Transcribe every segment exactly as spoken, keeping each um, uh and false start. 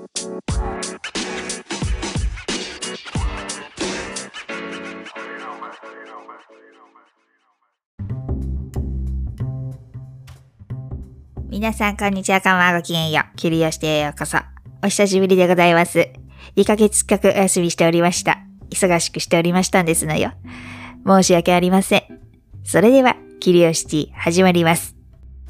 皆さんこんにちは、こんばんは、ごきげんよう。キリヨシテへようこそ。お久しぶりでございます。にかげつ近くお休みしておりました。忙しくしておりましたんですのよ。申し訳ありません。それでは、キリヨシティ始まります。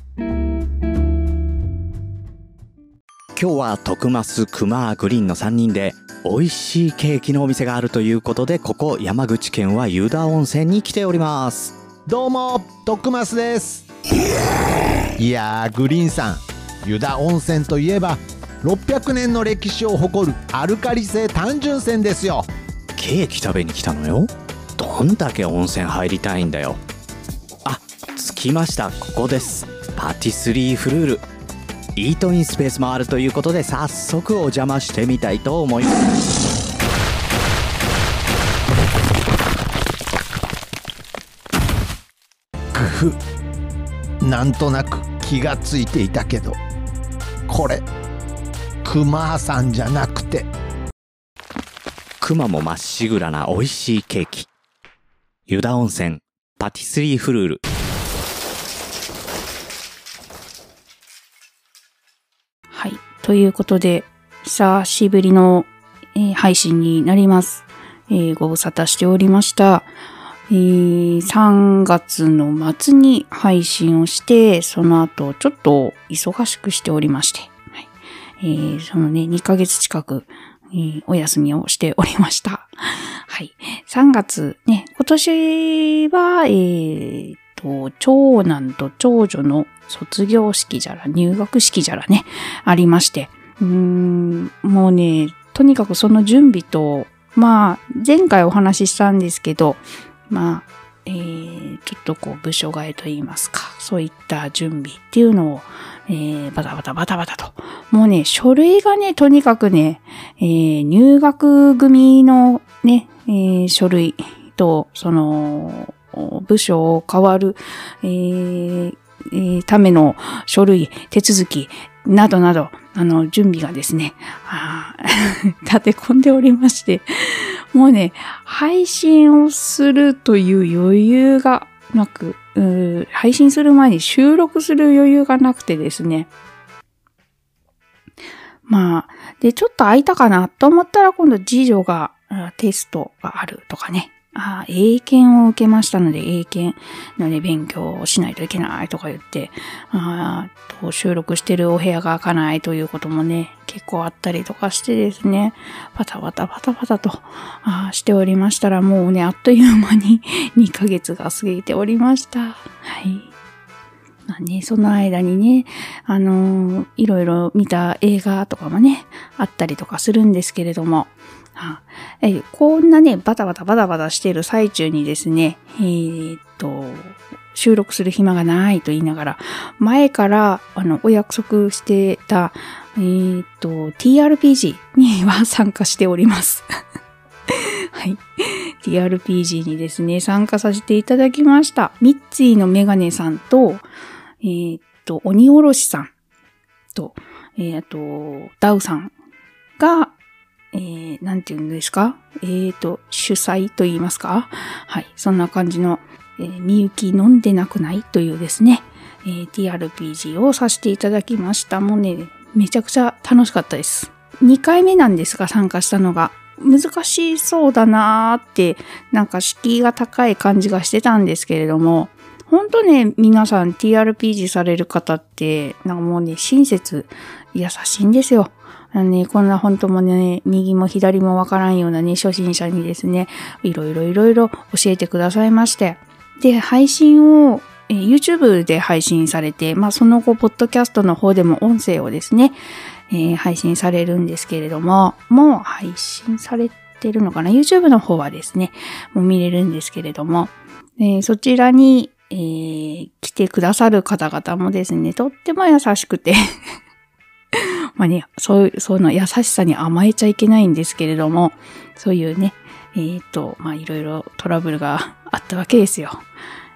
今日は徳増、熊、グリーンのさんにんで美味しいケーキのお店があるということで、ここ山口県は湯田温泉に来ております。 どうも、徳増です。いやー、グリーンさん、湯田温泉といえばろっぴゃくねんの歴史を誇るアルカリ性単純泉ですよ。 ケーキ食べに来たのよ。どんだけ温泉入りたいんだよ。あ、着きました。ここです。パティスリーフルール。イートインスペースもあるということで、早速お邪魔してみたいと思います。 くふ、なんとなく気がついていたけど、これ熊さんじゃなくて熊もまっしぐらな美味しいケーキ。湯田温泉パティスリーフルール。 はい。ということで、久しぶりの、えー、配信になります。えー、ご無沙汰しておりました。えー、さんがつの末に配信をして、その後ちょっと忙しくしておりまして、はい。えー、そのね、にかげつ近く、えー、お休みをしておりました。はい。さんがつね、今年は、えーと、長男と長女の卒業式じゃら、入学式じゃらね、ありまして、うーん、もうね、とにかくその準備と、まあ、前回お話ししたんですけど、まあ、えー、ちょっとこう部署替えといいますか、そういった準備っていうのを、えー、バタバタバタバタと。もうね、書類がね、とにかくね、えー、入学組のね、えー、書類と、その、部署を変わる、えーえー、ための書類、手続き、などなど、あの、準備がですね、あ立て込んでおりまして、もうね、配信をするという余裕がなく、う配信する前に収録する余裕がなくてですね。まあ、で、ちょっと空いたかなと思ったら今度次女がテストがあるとかね。あ英検を受けましたので、英検のね、勉強をしないといけないとか言って、あと収録してるお部屋が開かないということもね、結構あったりとかしてですね、パタパタパタパタとあしておりましたら、もうね、あっという間ににかげつが過ぎておりました。はい。まあね、その間にね、あのー、いろいろ見た映画とかもね、あったりとかするんですけれども、はあ、えこんなね、バタバタバタバタしている最中にですね、えー、っと、収録する暇がないと言いながら、前から、あの、お約束してた、えー、っと、ティーアールピージー には参加しております。はい。ティーアールピージー にですね、参加させていただきました。ミッツィのメガネさんと、えー、っと、鬼おろしさんと、えー、あと、ダウさんが、えー、なんていうんですかえーと、主催と言いますかはい。そんな感じの、えー、みゆき飲んでなくないというですね、えー、ティーアールピージー をさせていただきました。もうね、めちゃくちゃ楽しかったです。にかいめなんですが、参加したのが。難しそうだなーって、なんか敷居が高い感じがしてたんですけれども、ほんとね、皆さん ティーアールピージー される方って、なんかもうね、親切、優しいんですよ。あのね、こんな本当もね、右も左もわからんようなね、初心者にですね、いろいろいろいろ教えてくださいまして。で、配信を、えー、YouTube で配信されて、まあその後、ポッドキャストの方でも音声をですね、えー、配信されるんですけれども、もう配信されてるのかな ?YouTube の方はですね、もう見れるんですけれども、えー、そちらに、えー、来てくださる方々もですね、とっても優しくて、まあね、そういう、その優しさに甘えちゃいけないんですけれども、そういうね、えっと、まあいろいろトラブルがあったわけですよ。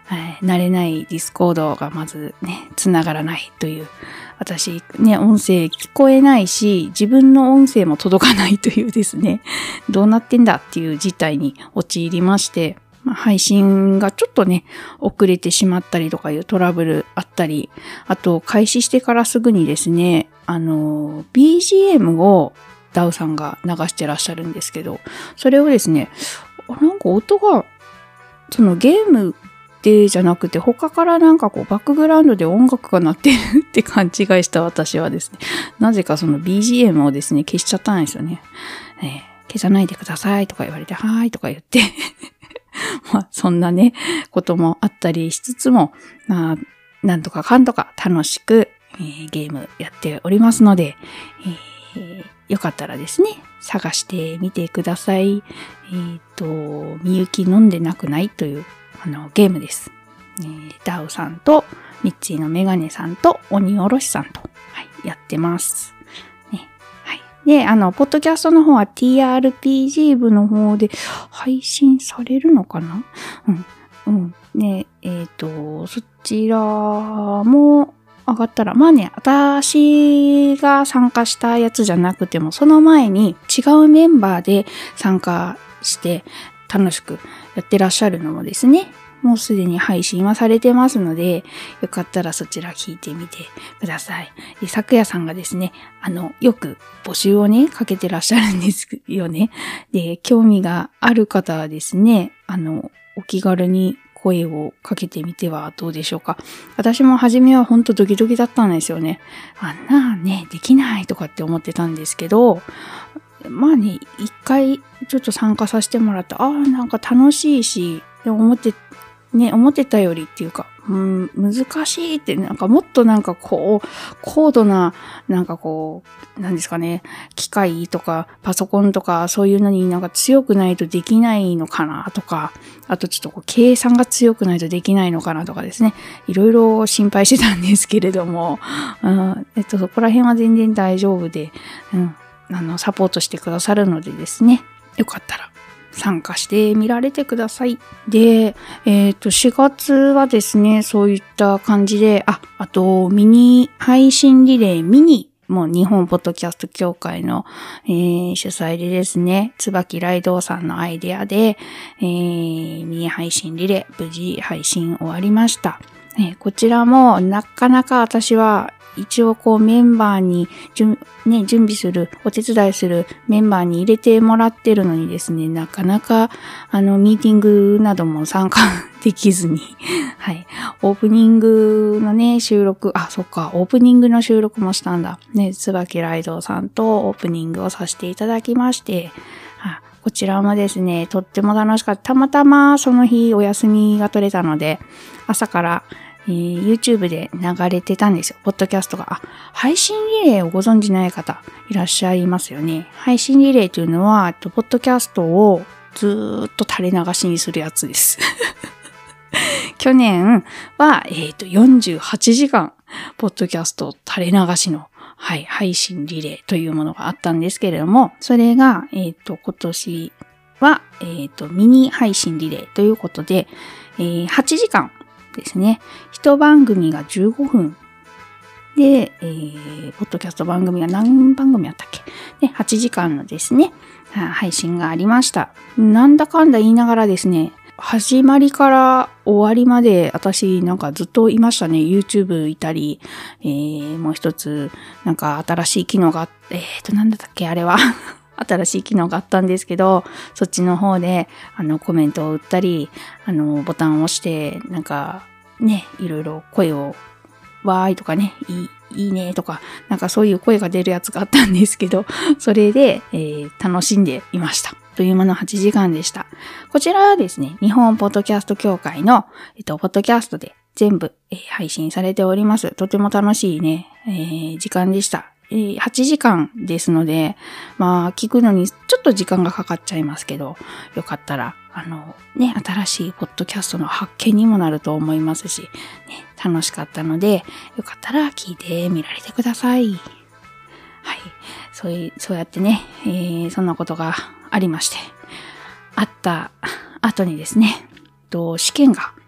はい、慣れないディスコードがまずね、繋がらないという。私、ね、音声聞こえないし、自分の音声も届かないというですね、どうなってんだっていう事態に陥りまして、まあ、配信がちょっとね、遅れてしまったりとかいうトラブルあったり、あと、開始してからすぐにですね、あの、ビージーエム をダウさんが流してらっしゃるんですけど、それをですね、なんか音が、そのゲームでじゃなくて他からなんかこうバックグラウンドで音楽が鳴ってるって勘違いした私はですね、なぜかその ビージーエム をですね、消しちゃったんですよね。えー、消さないでくださいとか言われて、はーいとか言って、まあそんなね、こともあったりしつつも、まあ、なんとかかんとか楽しく、えー、ゲームやっておりますので、えー、よかったらですね、探してみてください。えっと、みゆき飲んでなくないというあのゲームです。えー、ダウさんとミッチーのメガネさんと鬼おろしさんと、はい、やってます。ね、はい。で、あの、ポッドキャストの方は ティーアールピージー 部の方で配信されるのかな？うん。うん。ね、えっと、そちらも上がったら、まあね、私が参加したやつじゃなくても、その前に違うメンバーで参加して楽しくやってらっしゃるのもですね、もうすでに配信はされてますので、よかったらそちら聞いてみてください。で、昨夜さんがですね、あの、よく募集をね、かけてらっしゃるんですよね。で、興味がある方はですね、あの、お気軽に声をかけてみてはどうでしょうか。私も初めはほんとドキドキだったんですよね。あんなね、できないとかって思ってたんですけど、まあね、一回ちょっと参加させてもらって、ああ、なんか楽しいし、で思って、ね、思ってたよりっていうか、うん、難しいって、なんかもっとなんかこう、高度な、なんかこう、なんですかね、機械とかパソコンとかそういうのになんか強くないとできないのかなとか、あとちょっとこう計算が強くないとできないのかなとかですね、いろいろ心配してたんですけれども、うん、えっと、そこら辺は全然大丈夫で、うん、あの、サポートしてくださるのでですね、よかったら参加してみられてください。で、えっと、しがつはですね、そういった感じで、あ、あと、ミニ配信リレーミニもう日本ポッドキャスト協会の、えー、主催でですね、椿ライドウさんのアイデアで、えー、ミニ配信リレー無事配信終わりました。えー、こちらもなかなか私は一応こうメンバーに準、ね、準備する、お手伝いするメンバーに入れてもらってるのにですね、なかなかあのミーティングなども参加できずに、はい。オープニングのね、収録、あ、そっか、オープニングの収録もしたんだ。ね、椿ライドウさんとオープニングをさせていただきまして、あ、こちらもですね、とっても楽しかった。たまたまその日お休みが取れたので、朝からえー、YouTube で流れてたんですよ。ポッドキャストが。あ、配信リレーをご存じない方いらっしゃいますよね。配信リレーというのは、ポッドキャストをずーっと垂れ流しにするやつです。去年は、えっと、よんじゅうはちじかん、ポッドキャスト垂れ流しの、はい、配信リレーというものがあったんですけれども、それが、えっと、今年は、えっと、ミニ配信リレーということで、えー、はちじかん、ですね。一番組がじゅうごふん。で、えー、ポッドキャスト番組が何番組あったっけ？で、はちじかんのですね、配信がありました。なんだかんだ言いながらですね、始まりから終わりまで私なんかずっといましたね。YouTube いたり、えー、もう一つなんか新しい機能があって、えーと、なんだったっけあれは。新しい機能があったんですけど、そっちの方で、あの、コメントを打ったり、あの、ボタンを押して、なんか、ね、いろいろ声を、わーいとかね、いい、いいねとか、なんかそういう声が出るやつがあったんですけど、それで、えー、楽しんでいました。という間のはちじかんでした。こちらはですね、日本ポッドキャスト協会の、えっと、ポッドキャストで全部、えー、配信されております。とても楽しいね、えー、時間でした。はちじかんですので、まあ、聞くのにちょっと時間がかかっちゃいますけど、よかったら、あの、ね、新しいポッドキャストの発見にもなると思いますし、ね、楽しかったので、よかったら聞いてみられてください。はい。そういう、そうやってね、えー、そんなことがありまして、あった後にですね、と試験が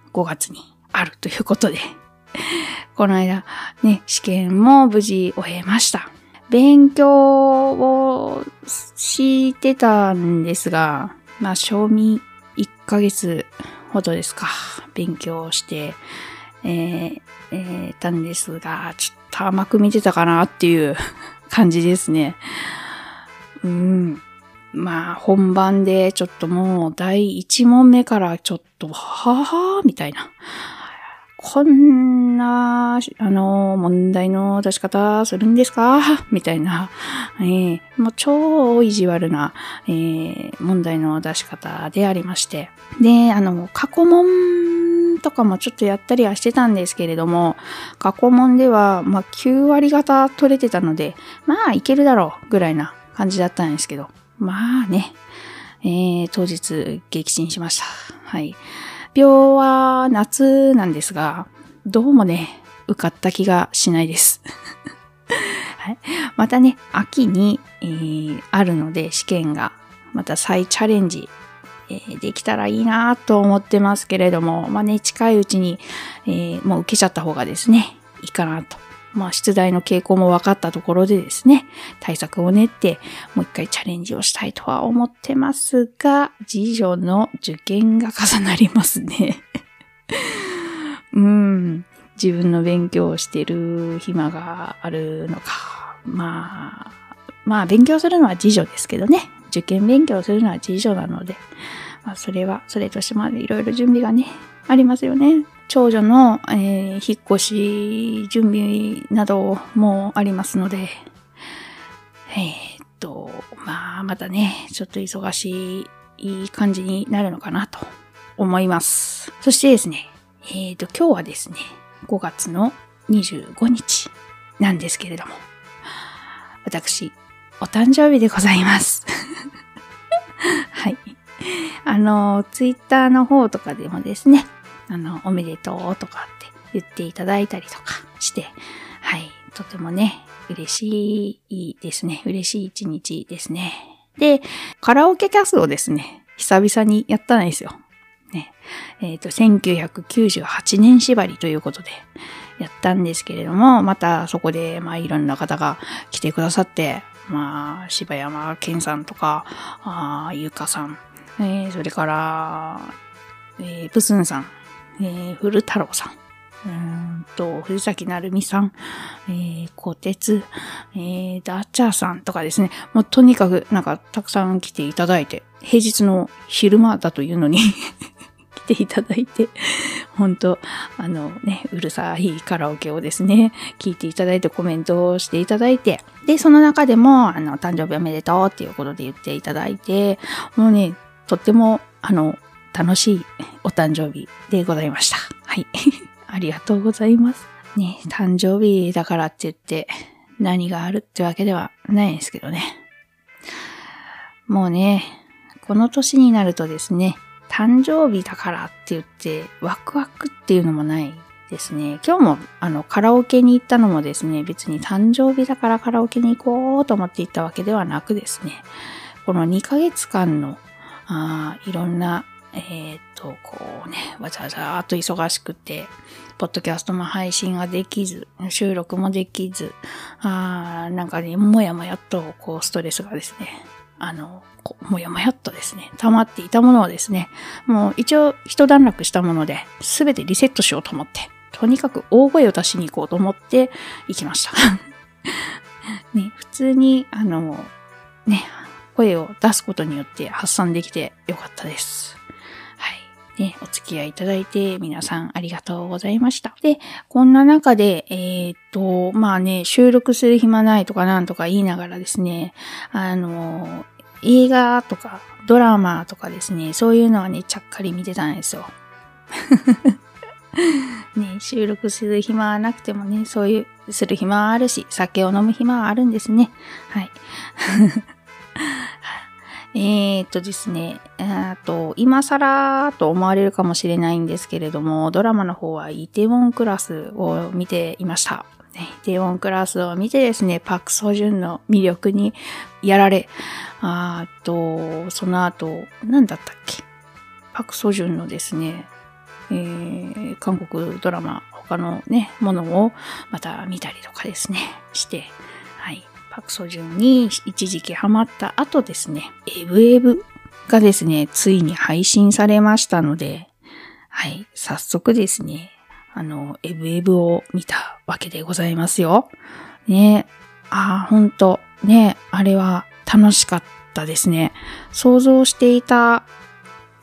ごがつにあるということで、この間ね、試験も無事終えました。勉強をしてたんですが、まあ、賞味いっかげつほどですか、勉強して、えーえー、たんですが、ちょっと甘く見てたかなっていう感じですね。うん。まあ、本番でちょっともう第一問目からちょっと、はぁはぁみたいな。こんな、あの、問題の出し方するんですかみたいな、えー、もう超意地悪な、えー、問題の出し方でありまして。で、あの、過去問とかもちょっとやったりはしてたんですけれども、過去問では、まあ、きゅうわり方取れてたので、まあ、いけるだろう、ぐらいな感じだったんですけど、まあね、えー、当日撃沈しました。はい。病は夏なんですが、どうもね、受かった気がしないです。はい、またね、秋に、えー、あるので試験が、また再チャレンジ、えー、できたらいいなと思ってますけれども、まあね、近いうちに、えー、もう受けちゃった方がですね、いいかなと。まあ、出題の傾向も分かったところでですね、対策を練って、もう一回チャレンジをしたいとは思ってますが、次女の受験が重なりますね。うん、自分の勉強をしている暇があるのか。まあ、まあ、勉強するのは次女ですけどね。受験勉強するのは次女なので、まあ、それは、それとしてもいろいろ準備がね、ありますよね。長女の、えー、引っ越し準備などもありますので、えー、っと、まあ、またね、ちょっと忙しい、いい感じになるのかなと思います。そしてですね、えー、っと、今日はですね、ごがつのにじゅうごにちなんですけれども、私、お誕生日でございます。はい。あの、ツイッターの方とかでもですね、あの、おめでとうとかって言っていただいたりとかして、はい、とてもね、嬉しいですね。嬉しい一日ですね。で、カラオケキャスをですね、久々にやったんですよ。ね。えっと、せんきゅうひゃくきゅうじゅうはちねん縛りということでやったんですけれども、またそこで、まあ、いろんな方が来てくださって、まあ、柴山健さんとか、あゆかさん、えー、それから、えー、プスンさん、えー、古太郎さん、うーんと、藤崎成美さん、えー、小鉄、えー、ダッチャーさんとかですね、もうとにかくなんかたくさん来ていただいて、平日の昼間だというのに来ていただいて、本当あのね、うるさいカラオケをですね、聞いていただいてコメントをしていただいて、で、その中でも、あの、誕生日おめでとうっていうことで言っていただいて、もうね、とっても、あの、楽しいお誕生日でございました。はい。ありがとうございます。ね、誕生日だからって言って何があるってわけではないんですけどね。もうね、この年になるとですね、誕生日だからって言ってワクワクっていうのもないですね。今日もあのカラオケに行ったのもですね、別に誕生日だからカラオケに行こうと思って行ったわけではなくですね、このにかげつかんのあいろんなえっと、こうね、わざわざーっと忙しくて、ポッドキャストも配信ができず、収録もできず、あなんかね、もやもやっと、こう、ストレスがですね、あの、もやもやっとですね、溜まっていたものをですね、もう一応一段落したもので、すべてリセットしようと思って、とにかく大声を出しに行こうと思って行きました。ね、普通に、あの、ね、声を出すことによって発散できてよかったです。ね、お付き合いいただいて皆さんありがとうございました。で、こんな中で、えー、っと、まあね、収録する暇ないとかなんとか言いながらですね、あの、映画とかドラマとかですね、そういうのはね、ちゃっかり見てたんですよ。ね、収録する暇はなくてもね、そういう、する暇はあるし、酒を飲む暇はあるんですね。はい。えーっとですね、えーっと、今更と思われるかもしれないんですけれども、ドラマの方はイテウォンクラスを見ていました。イテウォンクラスを見てですね、パクソジュンの魅力にやられ、あーっと、その後、何だったっけ？パクソジュンのですね、 えー、韓国ドラマ、他のね、ものをまた見たりとかですね、して、はい。パクソジュンに一時期ハマった後ですね、エブエブがですね、ついに配信されましたので、はい。早速ですね、あの、エブエブを見たわけでございますよ。ね。ああ、ほんと、ね、あれは楽しかったですね。想像していた、うん、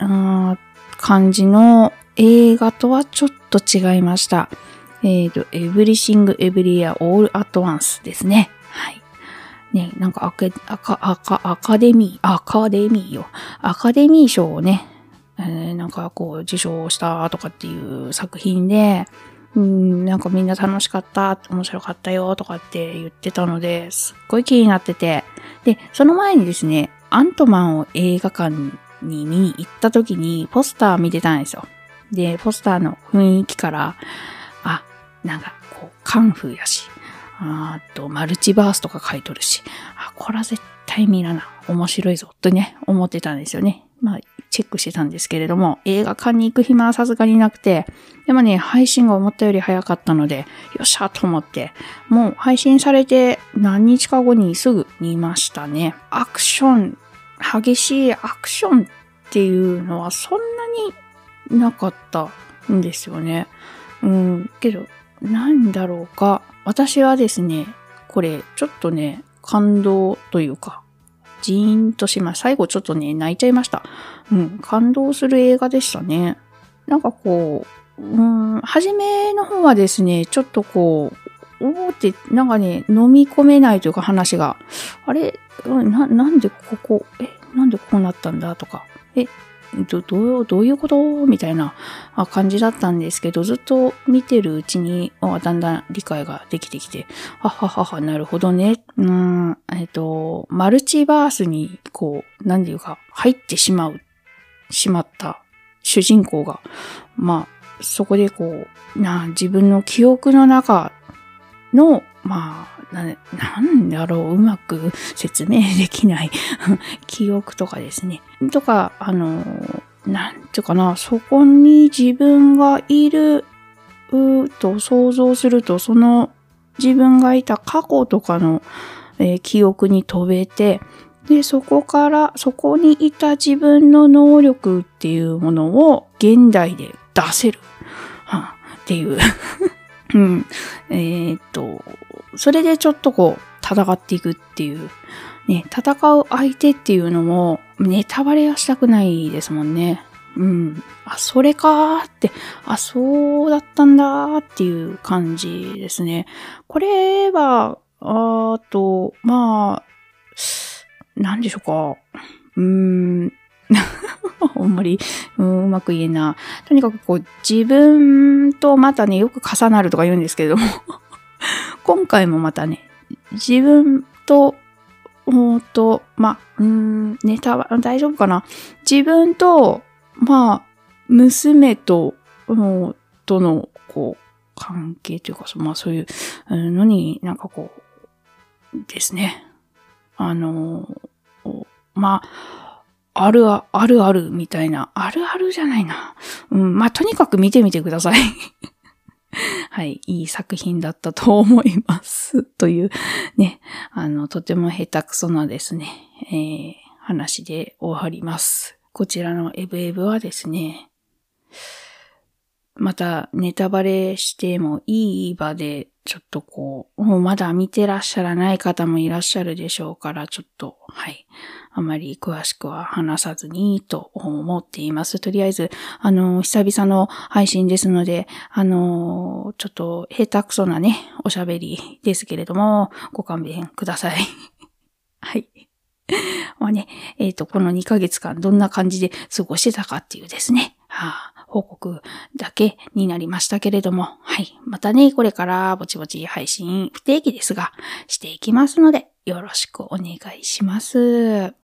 感じの映画とはちょっと違いました。えっと、Everything Everywhere All at Once ですね。はい。ね、なんかアカ、アカ、アカ、アカデミー、アカデミーよ。アカデミー賞をね、えー、なんかこう受賞したとかっていう作品で、うん、なんかみんな楽しかった、面白かったよとかって言ってたので、すっごい気になってて。で、その前にですね、アントマンを映画館に見に行った時にポスター見てたんですよ。で、ポスターの雰囲気から、あ、なんかこう、カンフーやし、あと、マルチバースとか書いとるし、あ、これは絶対見らな、面白いぞ、とね、思ってたんですよね。まあ、チェックしてたんですけれども、映画館に行く暇はさすがになくて、でもね、配信が思ったより早かったので、よっしゃと思って、もう配信されて何日か後にすぐ見ましたね。アクション、激しいアクションっていうのはそんなになかったんですよね。うん、けど、なんだろうか。私はですね、これ、ちょっとね、感動というか、ジーンとしました。最後ちょっとね、泣いちゃいました。うん、感動する映画でしたね。なんかこう、うん、初めの方はですね、ちょっとこう、おーって、なんかね、飲み込めないというか話が、あれ、な、なんでここ、え、なんでこうなったんだとか、え、ど、どう、どういうことみたいな感じだったんですけど、ずっと見てるうちに、だんだん理解ができてきて、はははは、なるほどね。うーん、えっと、マルチバースに、こう、なんていうか、入ってしまう、しまった主人公が、まあ、そこでこう、な、自分の記憶の中の、まあ、な、なんだろう、うまく説明できない記憶とかですね。とか、あの、なんていうかな、そこに自分がいると想像すると、その自分がいた過去とかの、えー、記憶に飛べて、で、そこから、そこにいた自分の能力っていうものを現代で出せる、はあ、っていう。うん。えー、っと、それでちょっとこう、戦っていくっていう。ね、戦う相手っていうのも、ネタバレはしたくないですもんね。うん。あ、それかーって、あ、そうだったんだーっていう感じですね。これは、あと、まあ、なんでしょうか。うーん。あんまり、うん、うまく言えな。とにかくこう、自分とまたね、よく重なるとか言うんですけれども、今回もまたね、自分と、おーと、ま、うーん、ネタは大丈夫かな。自分と、まあ、娘と、もう、との、こう、関係というか、まあそういうのになんかこう、ですね。あの、まあ、あるあ、あるあるみたいな、あるあるじゃないな。うん、まあとにかく見てみてください。はい、いい作品だったと思います。というね、あの、とても下手くそなですね、えー、話で終わります。こちらのエブエブはですね、またネタバレしてもいい場で、ちょっとこう、もうまだ見てらっしゃらない方もいらっしゃるでしょうから、ちょっと、はい。あまり詳しくは話さずにと思っています。とりあえず、あの、久々の配信ですので、あの、ちょっと下手くそなね、おしゃべりですけれども、ご勘弁ください。はい。まあね、えっと、このにかげつかんどんな感じで過ごしてたかっていうですね、はあ、報告だけになりましたけれども、はい。またね、これからぼちぼち配信不定期ですが、していきますので、よろしくお願いします。 桃屋のおっさんのオール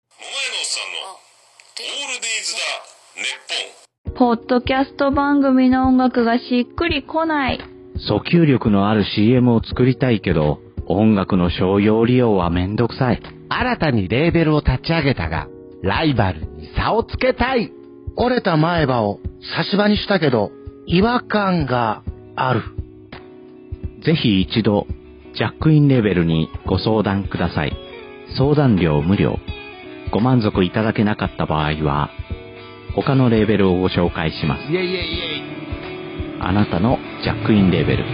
デイズだ、ネッポン。 ポッドキャスト番組の音楽がしっくりこない。 訴求力のある シーエム を作りたいけど、音楽の商用利用はめんどくさい。 新たにレーベルを立ち上げたが、ライバルに差をつけたい。折れた前歯を差し歯にしたけど、 違和感がある。 ぜひ一度、ジャックインレベルにご相談ください。相談料無料。ご満足いただけなかった場合は、他のレベルをご紹介します。 イエイイエイイエイ。 あなたのジャックインレベル。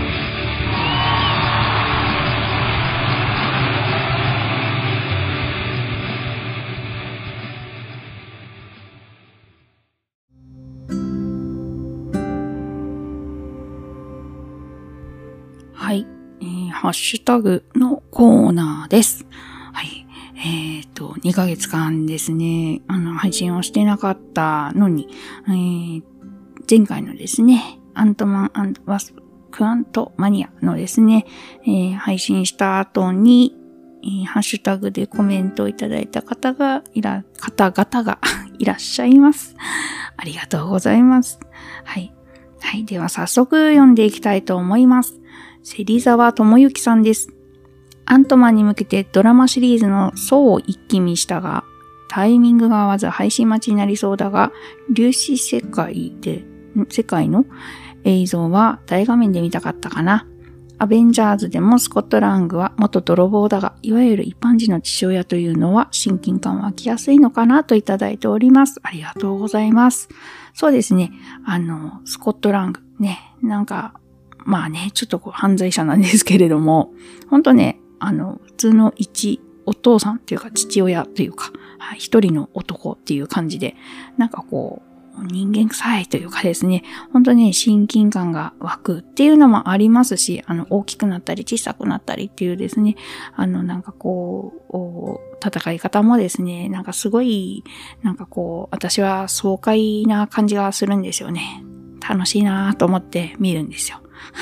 はい、えー、ハッシュタグのコーナーです。はい。えっと、にかげつかんですね、あの、配信をしてなかったのに、えー、前回のですね、アントマン&ワスプクアントマニアのですね、えー、配信した後に、えー、ハッシュタグでコメントをいただいた方が、いら、方々がいらっしゃいます。ありがとうございます。はい。はい。では早速読んでいきたいと思います。芹沢智之さんです。アントマンに向けてドラマシリーズの層を一気見したが、タイミングが合わず配信待ちになりそうだが、粒子世界で、世界の映像は大画面で見たかったかな。アベンジャーズでもスコット・ラングは元泥棒だが、いわゆる一般人の父親というのは親近感湧きやすいのかなといただいております。ありがとうございます。そうですね。あの、スコット・ラングね、なんか、まあね、ちょっとこう犯罪者なんですけれども、ほんとね、あの、普通の一お父さんというか父親というか、はい、一人の男っていう感じで、なんかこう、人間臭いというかですね、本当に親近感が湧くっていうのもありますし、あの、大きくなったり小さくなったりっていうですね、あの、なんかこう、戦い方もですね、なんかすごい、なんかこう、私は爽快な感じがするんですよね。楽しいなぁと思って見るんですよ。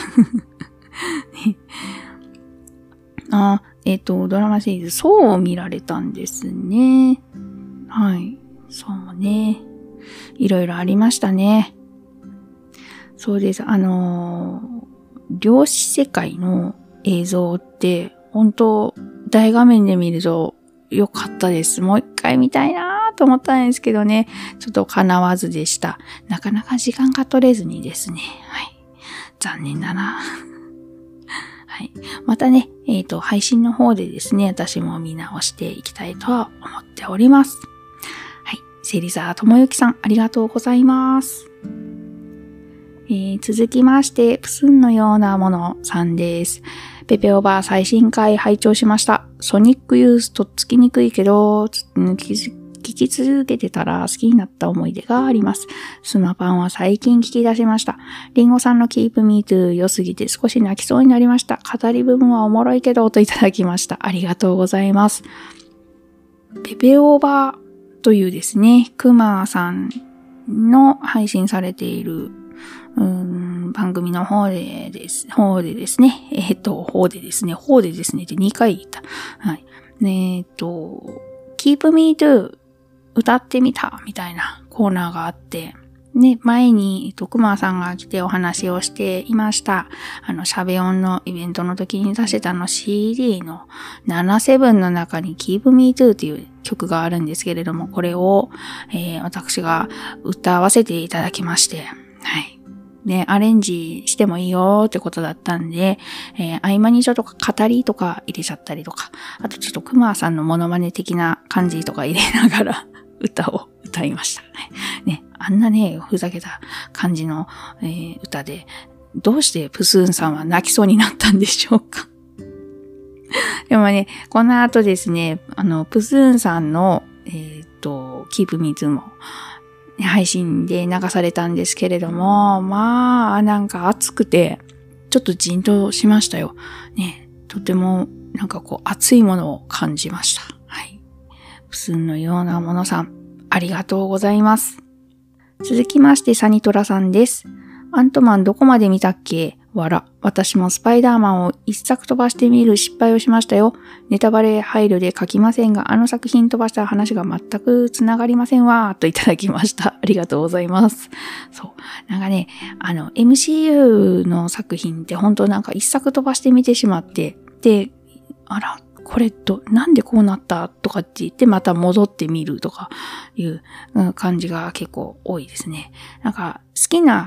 あ、えっと、ドラマシリーズ、そうを見られたんですね。はい。そうね。いろいろありましたね。そうです。あのー、量子世界の映像って、本当大画面で見ると良かったです。もう一回見たいなと思ったんですけどね。ちょっと叶わずでした。なかなか時間が取れずにですね。はい。残念だな。はい。またね、えっと、配信の方でですね、私も見直していきたいとは思っております。はい。芹沢智之さん、ありがとうございます。えー、続きまして、プスンのようなものさんです。ペペオバー最新回拝聴しました。ソニックユースとっつきにくいけど、聞き続けてたら好きになった思い出があります。スマパンは最近聞き出しました。リンゴさんの Keep Me To 良すぎて少し泣きそうになりました。語り部分はおもろいけどといただきました。ありがとうございます。ペペオーバーというですね、クマさんの配信されているうーん番組の方でです、方でですね、えっと、方でですね、方でですねってにかい言った。はい。えっと、Keep Me To歌ってみたみたいなコーナーがあって、ね、前に、えっと、くまさんが来てお話をしていました。あの、シャベオンのイベントの時に出してたの シーディー のななじゅうななの中に Keep Me To っていう曲があるんですけれども、これを、えー、私が歌わせていただきまして、はい。ね、アレンジしてもいいよってことだったんで、えー、合間にちょっと語りとか入れちゃったりとか、あとちょっとくまさんのモノマネ的な感じとか入れながら歌を歌いました。ね、あんなね、ふざけた感じの、えー、歌で、どうしてプスーンさんは泣きそうになったんでしょうか。でもね、この後ですね、あの、プスーンさんの、えっと、Keep Me To も、配信で流されたんですけれども、まあ、なんか熱くて、ちょっとじんとしましたよ。ね、とても、なんかこう、熱いものを感じました。はい。プスンのようなものさん、ありがとうございます。続きまして、サニトラさんです。アントマンどこまで見たっけ？わら。私もスパイダーマンを一作飛ばしてみる失敗をしましたよ。ネタバレ配慮で書きませんが、あの作品飛ばした話が全くつながりませんわ、といただきました。ありがとうございます。そう。なんかね、あの、エムシーユー の作品って本当なんか一作飛ばしてみてしまって、で、あら、これと、なんでこうなったとかって言ってまた戻ってみるとかいう感じが結構多いですね。なんか好きな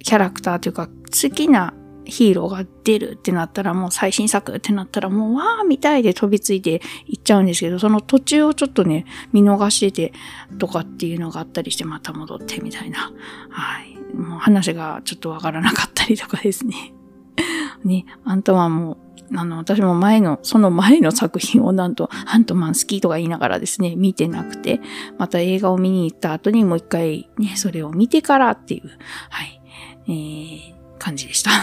キャラクターというか好きなヒーローが出るってなったらもう最新作ってなったらもうわーみたいで飛びついていっちゃうんですけど、その途中をちょっとね、見逃しててとかっていうのがあったりしてまた戻ってみたいな。はい。もう話がちょっとわからなかったりとかですね。ね、アントマンも、あの、私も前の、その前の作品をなんと、アントマン好きとか言いながらですね、見てなくて、また映画を見に行った後にもう一回ね、それを見てからっていう、はい、えー、感じでした。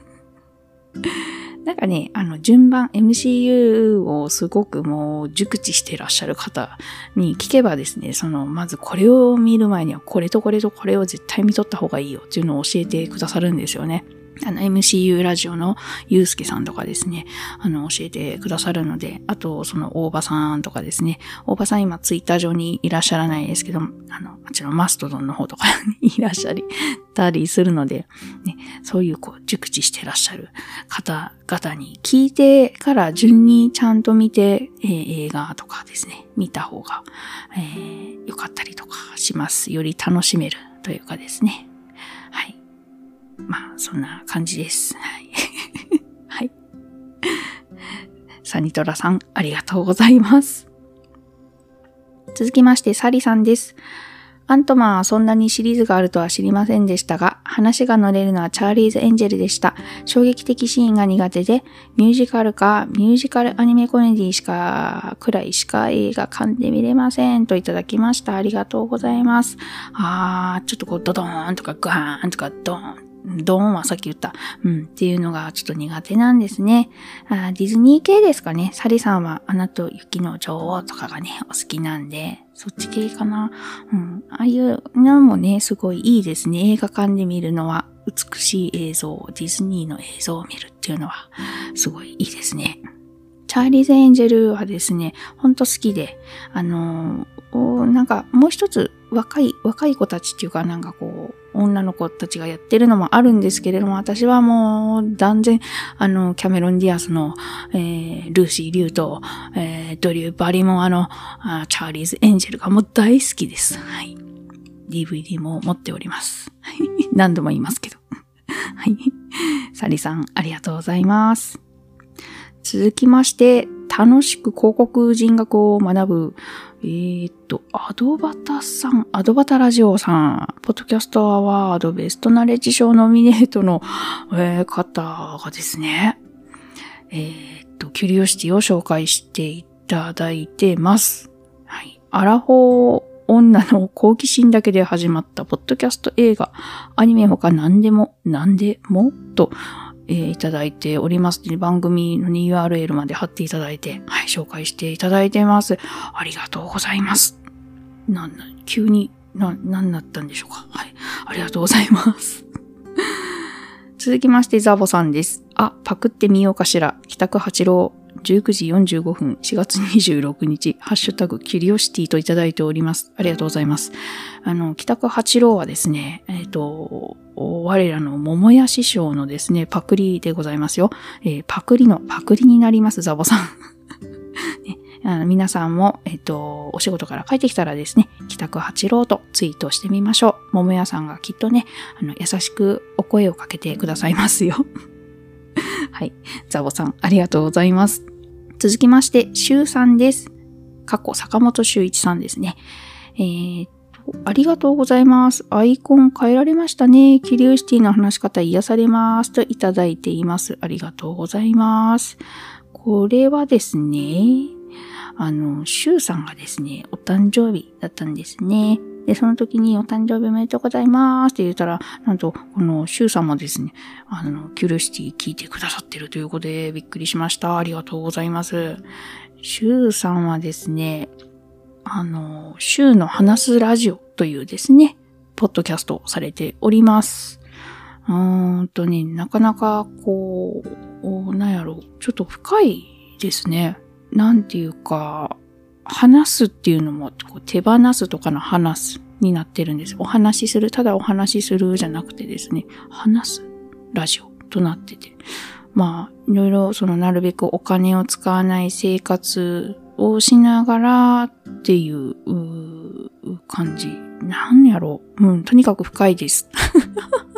なんかね、あの、順番、エムシーユー をすごくもう熟知してらっしゃる方に聞けばですね、その、まずこれを見る前にはこれとこれとこれを絶対見とった方がいいよっていうのを教えてくださるんですよね。あの、エムシーユー ラジオのゆうすけさんとかですね、あの、教えてくださるので、あと、その、大場さんとかですね、大場さん今ツイッター上にいらっしゃらないですけど、あの、もちろんマストドンの方とかにいらっしゃり、たりするので、ね、そういうこう、熟知してらっしゃる方々に聞いてから順にちゃんと見て、えー、映画とかですね、見た方が、えー、よかったりとかします。より楽しめるというかですね。はい。まあ、そんな感じです。はい。はい。サニトラさん、ありがとうございます。続きまして、サリさんです。アントマンはそんなにシリーズがあるとは知りませんでしたが、話が乗れるのはチャーリーズ・エンジェルでした。衝撃的シーンが苦手で、ミュージカルかミュージカルアニメコメディしか、くらいしか映画館で見れませんといただきました。ありがとうございます。あー、ちょっとこうドドーンとかガーンとかドーン。ドーンはさっき言った。うん。っていうのがちょっと苦手なんですね。あディズニー系ですかね。サリさんはアナと雪の女王とかがね、お好きなんで、そっち系かな。うん。ああいうのもね、すごいいいですね。映画館で見るのは美しい映像、ディズニーの映像を見るっていうのは、すごいいいですね。チャーリーズ・エンジェルはですね、ほんと好きで、あのー、なんかもう一つ若い、若い子たちっていうかなんかこう、女の子たちがやってるのもあるんですけれども、私はもう断然、あの、キャメロン・ディアスの、えー、ルーシー・リュウと、えー、ドリュー・バリモアのあチャーリーズ・エンジェルがもう大好きです。はい。ディーブイディー も持っております。何度も言いますけど。はい。サリさん、ありがとうございます。続きまして、楽しく広告人学を学ぶ、えー、っと、アドバタさん、アドバタラジオさん、ポッドキャストアワードベストナレッジ賞ノミネートの、えー、方がですね、えー、っと、キュリオシティを紹介していただいてます。はい。アラフォー女の好奇心だけで始まったポッドキャスト映画、アニメほか何でも、何でもと、えー、いただいております。番組の ユーアールエル まで貼っていただいて、はい、紹介していただいてます。ありがとうございます。なん、急に、な、なんだったんでしょうか。はい、ありがとうございます。続きまして、ザボさんです。あ、パクってみようかしら。北区八郎。じゅうくじよんじゅうごふん、しがつにじゅうろくにち、ハッシュタグ、キュリオシティといただいております。ありがとうございます。あの、北区八郎はですね、えっと、我らの桃屋師匠のですね、パクリでございますよ。えー、パクリのパクリになります、ザボさん。ね、あの皆さんも、えっと、お仕事から帰ってきたらですね、北区八郎とツイートしてみましょう。桃屋さんがきっとね、あの、優しくお声をかけてくださいますよ。はい。ザボさん、ありがとうございます。続きまして、シュウさんです。過去、坂本修一さんですね。えー、ありがとうございます。アイコン変えられましたね。キュリオシティの話し方癒されますといただいています。ありがとうございます。これはですね、あの、シュウさんがですね、お誕生日だったんですね。で、その時にお誕生日おめでとうございますって言ったら、なんと、このシュウさんもですね、あの、キュリオシティ聞いてくださってるということでびっくりしました。ありがとうございます。シュウさんはですね、あの、シュウの話すラジオというですね、ポッドキャストをされております。うーんとね、なかなかこう、なんやろ、ちょっと深いですね。なんていうか、話すっていうのもこう手放すとかの話すになってるんです。お話しする、ただお話しするじゃなくてですね、話すラジオとなってて。まあ、いろいろそのなるべくお金を使わない生活をしながらっていう、う感じ。なんやろう。うん、とにかく深いです。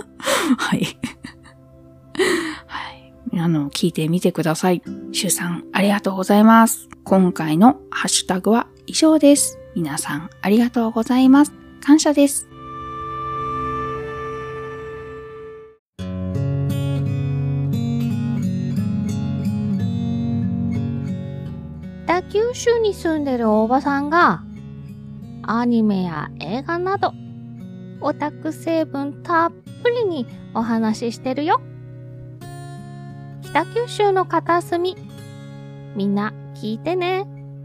はい。はい。あの、聞いてみてください。シュウさん、ありがとうございます。今回のハッシュタグは以上です。皆さん、ありがとうございます。感謝です。 北九州に住んでるおばさんがアニメや映画などオタク成分たっぷりにお話ししてるよ。北九州の片隅、みんな聞いてね。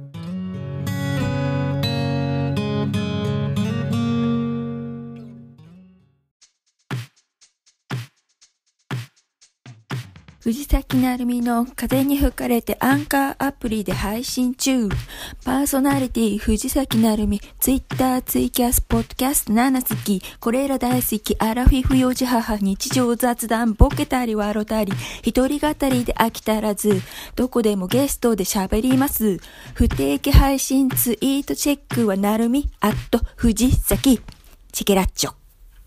藤崎なるみの風に吹かれてアンカーアプリで配信中。パーソナリティ藤崎なるみ、ツイッター、ツイキャス、ポッドキャストなな好き。これら大好き。アラフィフ幼児母、日常雑談、ボケたり笑たり。一人語りで飽きたらず。どこでもゲストで喋ります。不定期配信ツイートチェックはなるみ、アット藤崎。チケラッチョ。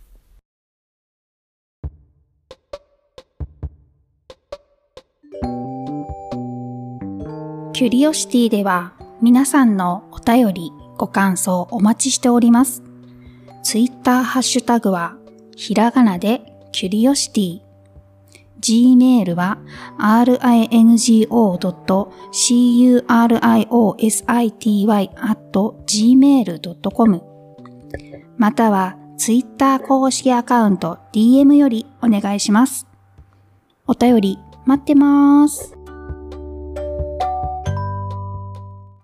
キュリオシティでは皆さんのお便り、ご感想お待ちしております。ツイッターハッシュタグはひらがなでキュリオシティ。Gmail は アールアイエヌジーオードットキュリオシティ アットジーメールドットコム またはツイッター公式アカウント ディーエム よりお願いします。お便り待ってます。